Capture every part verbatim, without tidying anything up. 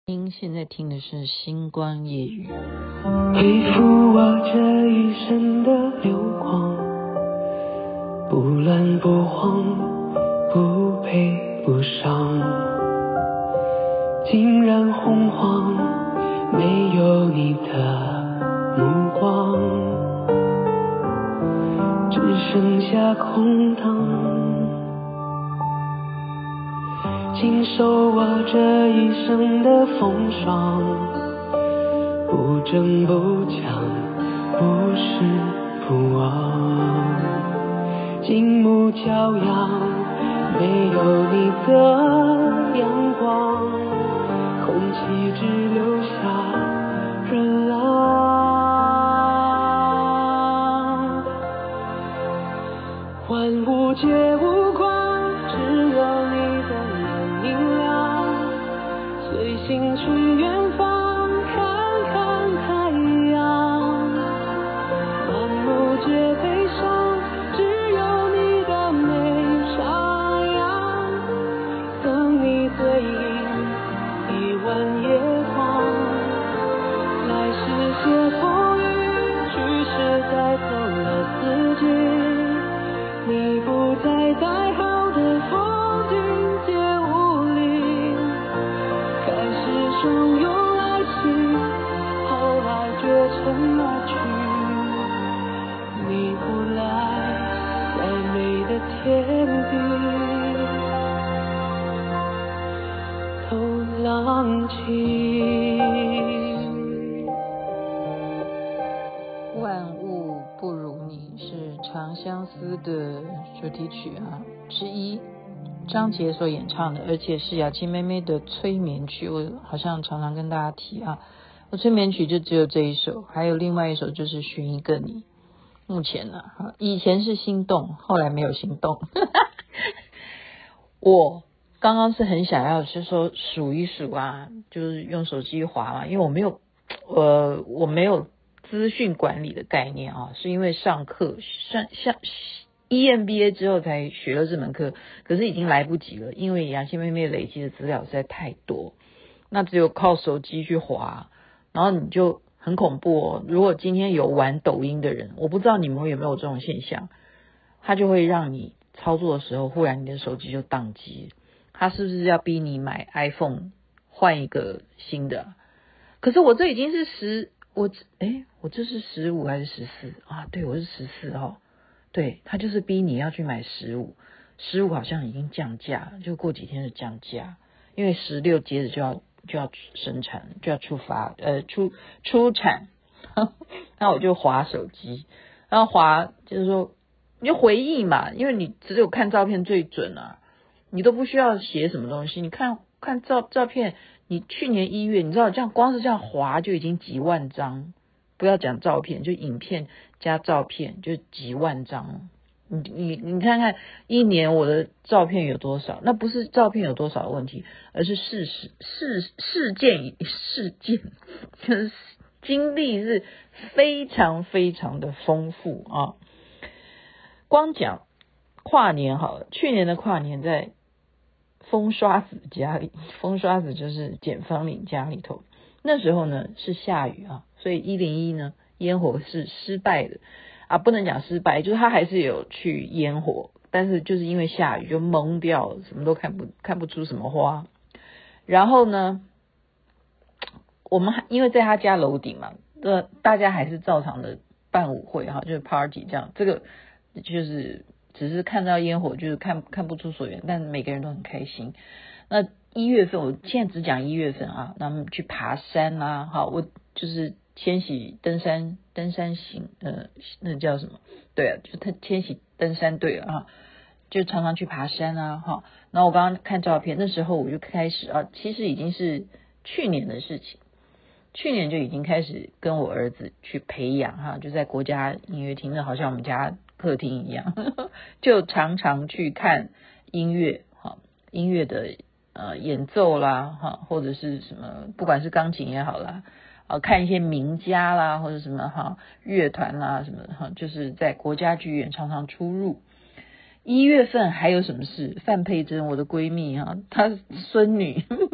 您现在听的是星光夜语。 背负我这一生的流光，不乱不慌，不悲不伤，竟然洪荒，没有你的目光，只剩下空荡。经受我这一生的风霜，不争不抢，不失不忘，静穆骄阳，没有你的阳光，空气只留下热浪，万物皆无光，只有你的脸明亮，随心从远方看看太阳，满目皆悲伤，只有你的美徜徉，等你回应一弯夜光，来世些风雨，去世带走了自己，你不再带好的风景皆无力，开始汹涌来袭，后来绝尘而去，你不来，再美的天地都浪迹。 万物不如你是长相思的主题曲啊之一，张杰所演唱的，而且是雅琪妹妹的催眠曲。我好像常常跟大家提啊，我催眠曲就只有这一首，还有另外一首就是寻一个你。目前呢、啊，以前是心动，后来没有心动。我刚刚是很想要是说数一数啊，就是用手机滑嘛，因为我没有呃我没有资讯管理的概念啊，是因为上课上像 E M B A 之后才学了这门课，可是已经来不及了，因为雅琪妹妹累积的资料实在太多，那只有靠手机去滑，然后你就很恐怖哦。如果今天有玩抖音的人，我不知道你们有没有这种现象，它就会让你操作的时候，忽然你的手机就宕机，它是不是要逼你买 iPhone 换一个新的？可是我这已经是十，我诶我这是十五还是十四啊？对，我是十四哦。对，他就是逼你要去买十五，十五好像已经降价，就过几天就降价，因为十六接着就要就要生产，就要出发呃出出产，那我就滑手机，然后滑就是说你就回忆嘛，因为你只有看照片最准啊，你都不需要写什么东西，你看看照照片，你去年一月，你知道这样光是这样滑就已经几万张，不要讲照片，就影片加照片就几万张。你你你看看一年我的照片有多少？那不是照片有多少的问题，而是事实事事件事件，就是经历是非常非常的丰富啊。光讲跨年好了，去年的跨年在风刷子家里，风刷子就是简芳玲家里头，那时候呢是下雨啊，所以一零一呢烟火是失败的啊，不能讲失败，就是他还是有去烟火，但是就是因为下雨就蒙掉了，什么都看不看不出什么花。然后呢，我们因为在他家楼顶嘛，呃，大家还是照常的办舞会哈，就是 party 这样，这个就是只是看到烟火，就是看看不出所源，但每个人都很开心。那一月份，我现在只讲一月份啊，那么去爬山啦、啊，好，我就是千禧登山登山行，呃，那叫什么？对啊，就他千禧登山队啊，就常常去爬山啊，哈。然后我刚刚看照片，那时候我就开始啊，其实已经是去年的事情。去年就已经开始跟我儿子去培养哈，就在国家音乐厅，那好像我们家客厅一样，呵呵，就常常去看音乐哈，音乐的呃演奏啦哈，或者是什么，不管是钢琴也好啦，啊看一些名家啦，或者什么哈乐团啦什么的哈，就是在国家剧院常常出入。一月份还有什么事？范佩珍，我的闺蜜哈，她孙女呵呵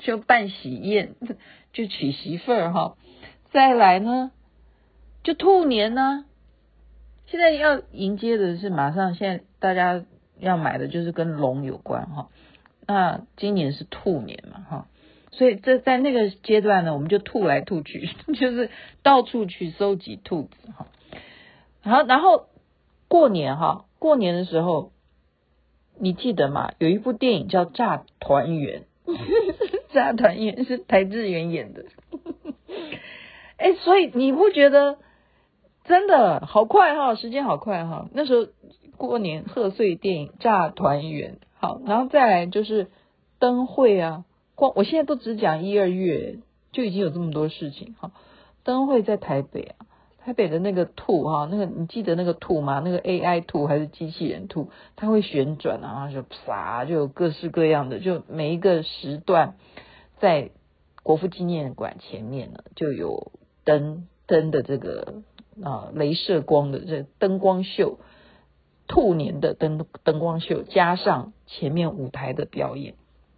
就办喜宴，就娶媳妇儿哈。再来呢，就兔年呢，现在要迎接的是马上，现在大家要买的就是跟龙有关哈。那今年是兔年嘛哈，所以这在那个阶段呢，我们就兔来兔去，就是到处去收集兔子哈。然后然后过年哈，过年的时候你记得吗？有一部电影叫《炸团圆》，炸团圆是台志远演的。哎，所以你不觉得真的好快哈，时间好快哈。那时候过年贺岁电影《炸团圆》好，然后再来就是灯会啊，光我现在都只讲一二月就已经有这么多事情哈。灯会在台北啊，台北的那个兔哈，那个你记得那个兔吗？那个 A I 兔还是机器人兔？它会旋转啊，然后就啪，就有各式各样的，就每一个时段在国父纪念馆前面呢，就有灯灯的这个啊，雷射光的这灯光秀，兔年的灯灯光秀，加上前面舞台的表演，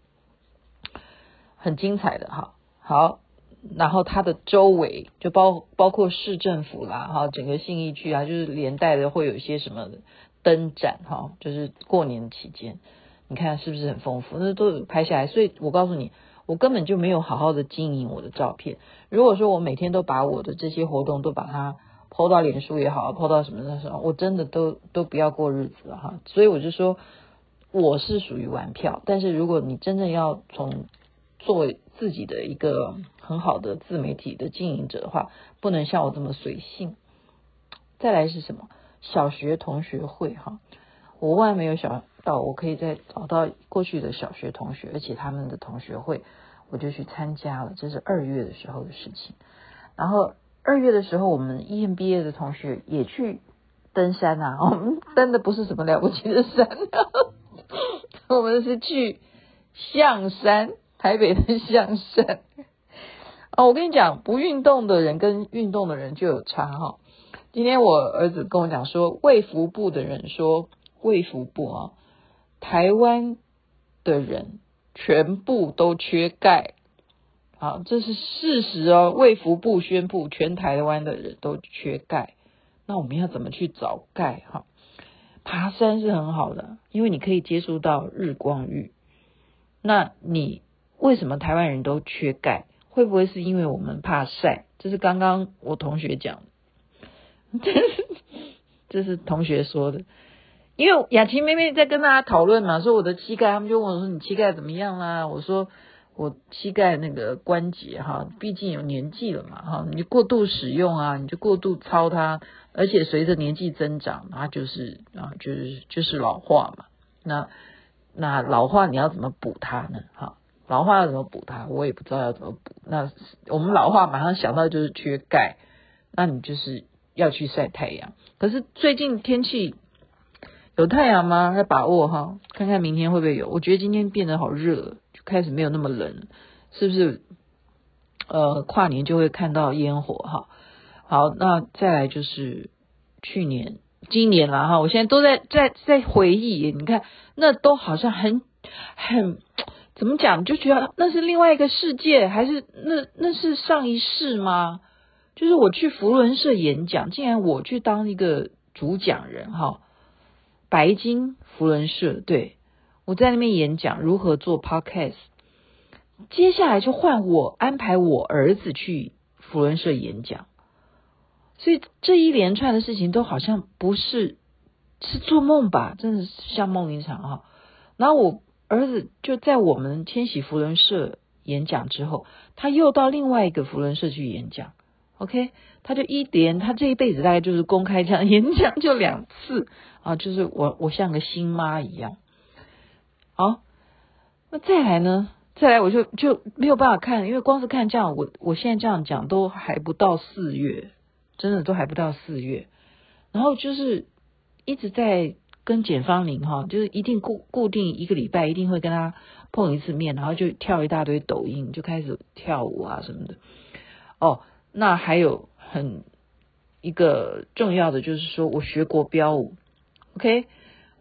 很精彩的哈。好。然后它的周围就包包括市政府啦哈，整个信义区啊，就是连带的会有一些什么灯展哈，就是过年期间，你看是不是很丰富？那都有拍下来，所以我告诉你，我根本就没有好好的经营我的照片。如果说我每天都把我的这些活动都把它 po 到脸书也好 po 到什么的时候，我真的都都不要过日子了哈。所以我就说我是属于玩票，但是如果你真正要从作为自己的一个很好的自媒体的经营者的话，不能像我这么随性。再来是什么？小学同学会哈，我万万没有想到我可以再找到过去的小学同学，而且他们的同学会我就去参加了，这是二月的时候的事情。然后二月的时候，我们 E M B A 的同学也去登山啊，我们登的不是什么了不起的山，我们是去象山。台北的象山哦，我跟你讲，不运动的人跟运动的人就有差哈。今天我儿子跟我讲说，卫福部的人说，卫福部啊，台湾的人全部都缺钙，好，这是事实哦。卫福部宣布，全台湾的人都缺钙，那我们要怎么去找钙哈？爬山是很好的，因为你可以接触到日光浴。那你为什么台湾人都缺钙？会不会是因为我们怕晒？这是刚刚我同学讲的，这是这是同学说的。因为雅琪妹妹在跟大家讨论嘛，说我的膝盖，他们就问我说你膝盖怎么样啦？我说我膝盖那个关节哈，毕竟有年纪了嘛哈，你过度使用啊，你就过度操它，而且随着年纪增长，它就是啊就是就是老化嘛。那那老化你要怎么补它呢？哈。老化要怎么补它？我也不知道要怎么补。那我们老化马上想到就是缺钙，那你就是要去晒太阳。可是最近天气有太阳吗？要把握哈，看看明天会不会有。我觉得今天变得好热，就开始没有那么冷，是不是？呃，跨年就会看到烟火哈。好，那再来就是去年、今年啦哈，我现在都在在在回忆，你看那都好像很很。怎么讲？就觉得那是另外一个世界，还是那那是上一世吗？就是我去福伦社演讲，竟然我去当一个主讲人哈，白金福伦社，对，我在那边演讲如何做 podcast， 接下来就换我安排我儿子去福伦社演讲，所以这一连串的事情都好像不是是做梦吧，真的是像梦一场哈。然后我儿子就在我们千禧福伦社演讲之后，他又到另外一个福伦社去演讲 OK， 他就一连他这一辈子大概就是公开这样演讲就两次啊，就是我我像个新妈一样。好，那再来呢再来我就就没有办法看，因为光是看这样我我现在这样讲都还不到四月，真的都还不到四月，然后就是一直在跟简芳玲哈，就是一定固固定一个礼拜一定会跟他碰一次面，然后就跳一大堆抖音，就开始跳舞啊什么的。哦，那还有很一个重要的就是说我学国标舞 ，OK，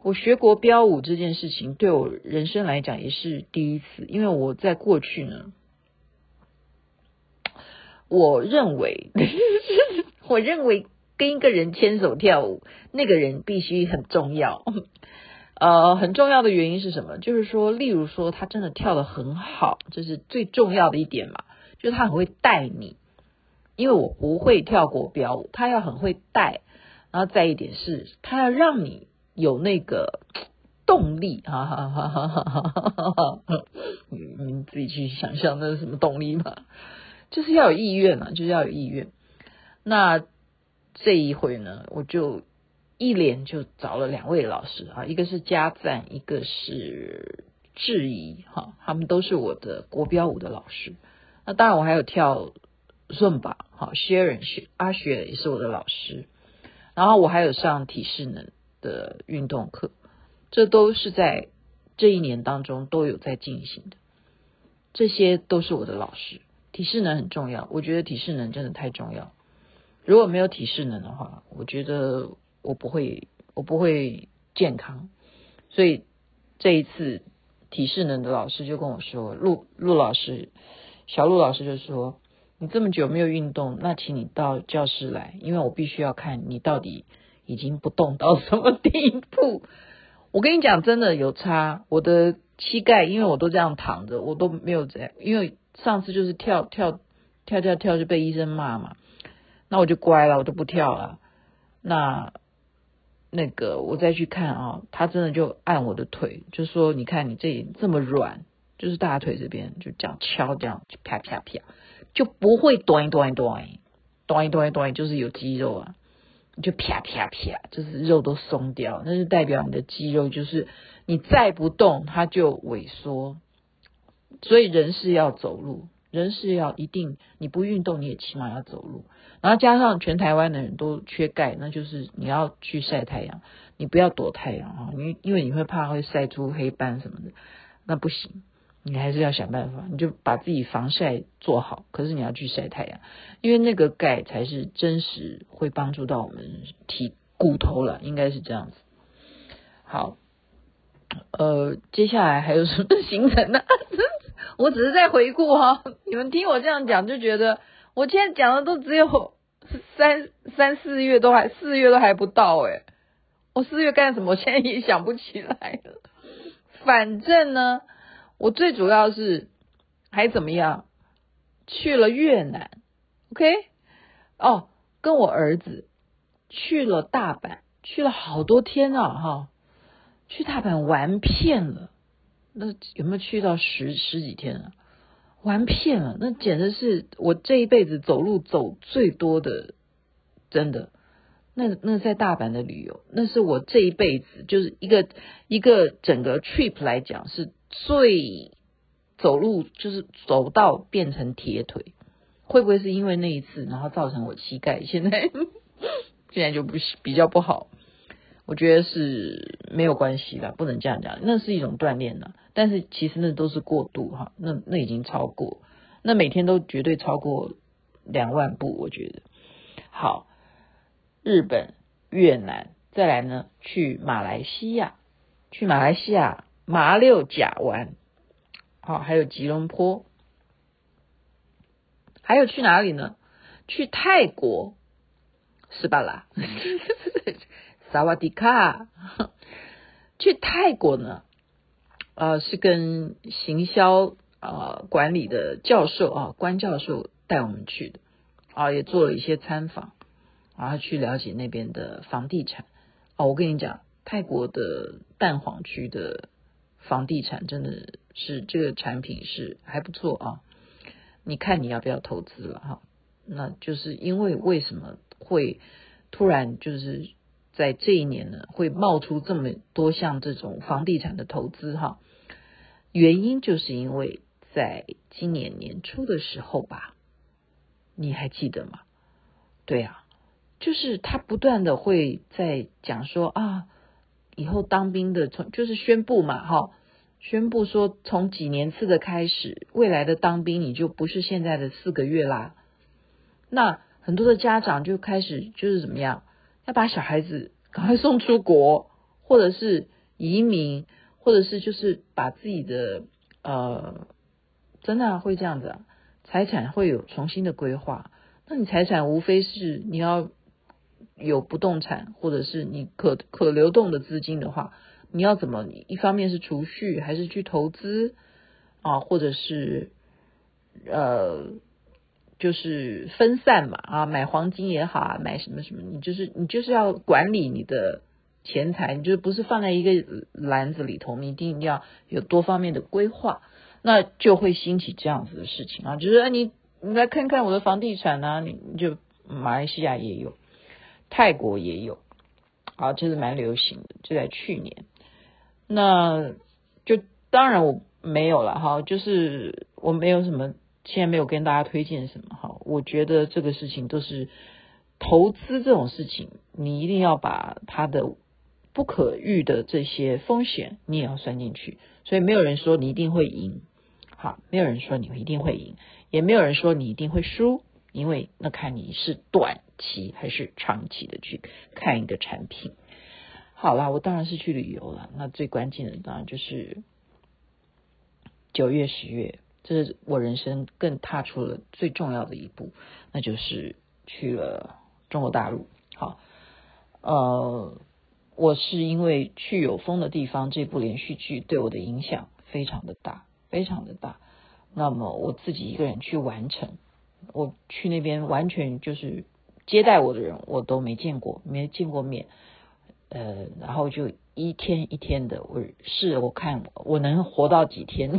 我学国标舞这件事情对我人生来讲也是第一次，因为我在过去呢，我认为我认为跟一个人牵手跳舞，那个人必须很重要。呃，很重要的原因是什么？就是说，例如说他真的跳得很好，这是最重要的一点嘛，就是他很会带你。因为我不会跳国标舞，他要很会带，然后再一点是他要让你有那个动力，哈哈哈哈哈哈！你们自己去想象那是什么动力吧，就是要有意愿啊，就是要有意愿。那这一回呢，我就一连就找了两位老师啊，一个是嘉赞，一个是质疑哈，他们都是我的国标舞的老师。那当然我还有跳Zumba，好 Sharon 阿雪也是我的老师，然后我还有上体适能的运动课，这都是在这一年当中都有在进行的，这些都是我的老师。体适能很重要，我觉得体适能真的太重要。如果没有体适能的话，我觉得我不会我不会健康。所以这一次体适能的老师就跟我说，陆陆老师小陆老师就说，你这么久没有运动，那请你到教室来，因为我必须要看你到底已经不动到什么地步。我跟你讲真的有差，我的膝盖因为我都这样躺着，我都没有这样，因为上次就是跳跳跳跳跳就被医生骂嘛，那我就乖了，我就不跳了。那那个我再去看啊，他真的就按我的腿，就说你看你这这么软，就是大腿这边就这样敲，这样啪啪啪，就不会短短短短短短，就是有肌肉啊，就啪啪啪，就是肉都松掉，那就代表你的肌肉就是你再不动它就萎缩。所以人是要走路，人是要一定，你不运动你也起码要走路，然后加上全台湾的人都缺钙，那就是你要去晒太阳，你不要躲太阳啊，因因为你会怕会晒出黑斑什么的，那不行，你还是要想办法，你就把自己防晒做好，可是你要去晒太阳，因为那个钙才是真实会帮助到我们体骨头了，应该是这样子。好，呃，接下来还有什么行程呢？我只是在回顾哈，你们听我这样讲就觉得我现在讲的都只有三三四月都还四月都还不到诶、欸、我四月干什么我现在也想不起来了。反正呢，我最主要是还怎么样去了越南 OK 哦，跟我儿子去了大阪，去了好多天啊哈，去大阪玩遍了，那有没有去到十十几天啊？玩遍了，那简直是我这一辈子走路走最多的，真的。那那在大阪的旅游，那是我这一辈子就是一个一个整个 trip 来讲是最走路就是走到变成铁腿。会不会是因为那一次，然后造成我膝盖现在现在就不比较不好？我觉得是没有关系啦，不能这样讲，那是一种锻炼啦，但是其实那都是过度哈，那那已经超过，那每天都绝对超过两万步，我觉得。好，日本、越南，再来呢，去马来西亚，去马来西亚马六甲湾，好，还有吉隆坡，还有去哪里呢？去泰国，是吧啦？萨瓦迪卡。去泰国呢，呃，是跟行销呃管理的教授啊，关教授带我们去的啊，也做了一些参访，然后去了解那边的房地产哦。我跟你讲，泰国的蛋黄区的房地产真的是这个产品是还不错啊，你看你要不要投资了哈？那就是因为为什么会突然就是在这一年呢，会冒出这么多像这种房地产的投资哈？原因就是因为在今年年初的时候吧，你还记得吗？对啊，就是他不断的会在讲说啊，以后当兵的从就是宣布嘛哈，宣布说从几年次的开始，未来的当兵你就不是现在的四个月啦。那很多的家长就开始就是怎么样，要把小孩子赶快送出国，或者是移民，或者是就是把自己的呃，真的、啊、会这样子啊，财产会有重新的规划。那你财产无非是你要有不动产，或者是你可可流动的资金的话，你要怎么？一方面是储蓄，还是去投资啊，或者是呃，就是分散嘛啊，买黄金也好啊，买什么什么，你就是你就是要管理你的钱财，你就不是放在一个篮子里头，你一定要有多方面的规划，那就会兴起这样子的事情啊，就是啊你你来看看我的房地产啊，你你就马来西亚也有，泰国也有，啊，这是蛮流行的，就在去年。那就当然我没有了哈，就是我没有什么，现在没有跟大家推荐什么哈。我觉得这个事情都是投资这种事情，你一定要把它的不可预的这些风险你也要算进去，所以没有人说你一定会赢，好，没有人说你一定会赢，也没有人说你一定会输，因为那看你是短期还是长期的去看一个产品。好啦，我当然是去旅游了，那最关键的当然就是九月十月，这是我人生更踏出了最重要的一步，那就是去了中国大陆。好，呃，我是因为去有风的地方这部连续剧对我的影响非常的大，非常的大。那么我自己一个人去完成，我去那边完全就是接待我的人我都没见过，没见过面。呃，然后就一天一天的，我试我看我能活到几天。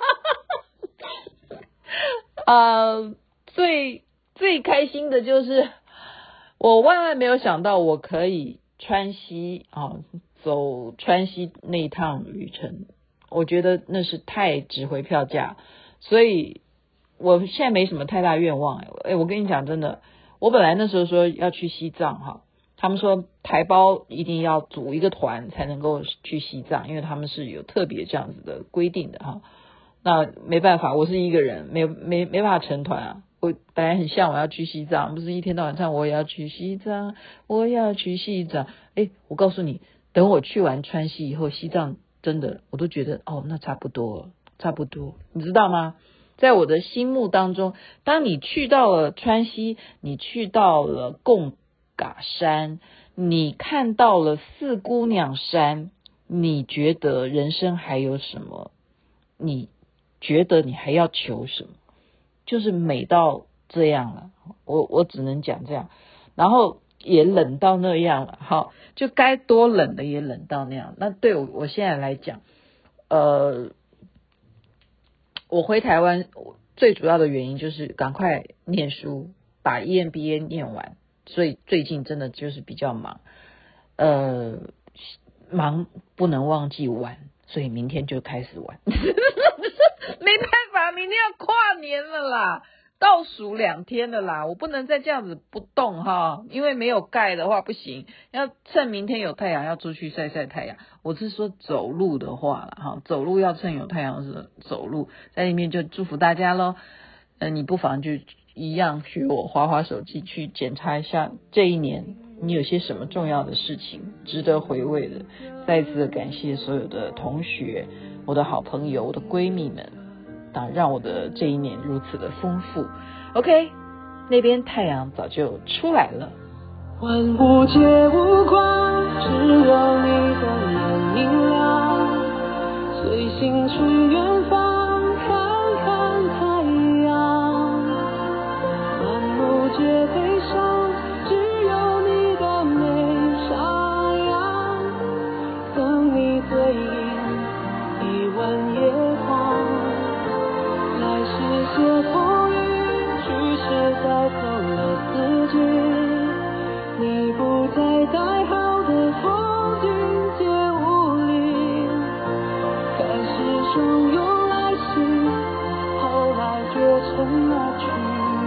呃，最最开心的就是我万万没有想到我可以川西啊，走川西那一趟旅程，我觉得那是太值回票价，所以我现在没什么太大愿望。哎，我跟你讲真的，我本来那时候说要去西藏哈。他们说台胞一定要组一个团才能够去西藏，因为他们是有特别这样子的规定的哈。那没办法，我是一个人，没没没办法成团啊。我本来很像我要去西藏，不是一天到晚唱我要去西藏，我要去西藏。诶，我告诉你，等我去完川西以后，西藏真的我都觉得哦，那差不多，差不多，你知道吗？在我的心目当中，当你去到了川西，你去到了贡嘎山，你看到了四姑娘山，你觉得人生还有什么？你觉得你还要求什么？就是美到这样了，我我只能讲这样，然后也冷到那样了，好，就该多冷的也冷到那样。那对我我现在来讲，呃，我回台湾最主要的原因就是赶快念书，把 E M B A 念完。所以最近真的就是比较忙，呃，忙不能忘记玩，所以明天就开始玩。没办法，明天要跨年了啦，倒数两天了啦，我不能再这样子不动哈，因为没有盖的话不行，要趁明天有太阳要出去晒晒太阳。我是说走路的话啦哈，走路要趁有太阳时走路，在里面就祝福大家咯。呃，你不妨就一样学我滑滑手机去检查一下这一年你有些什么重要的事情值得回味的。再一次的感谢所有的同学，我的好朋友，我的闺蜜们啊，让我的这一年如此的丰富。 OK， 那边太阳早就出来了。 万物皆无光，只有你的脸明亮，随心去远方看看太阳。满目皆悲伤，只有你的美上扬。等你回应，一吻夜光。来时些风雨，去时带走了自己。你不再带好的风景皆无力，开始汹涌来袭，后来绝尘而去。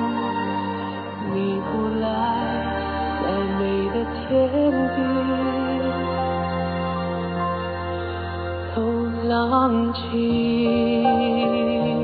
你不来，再美的天地都浪迹。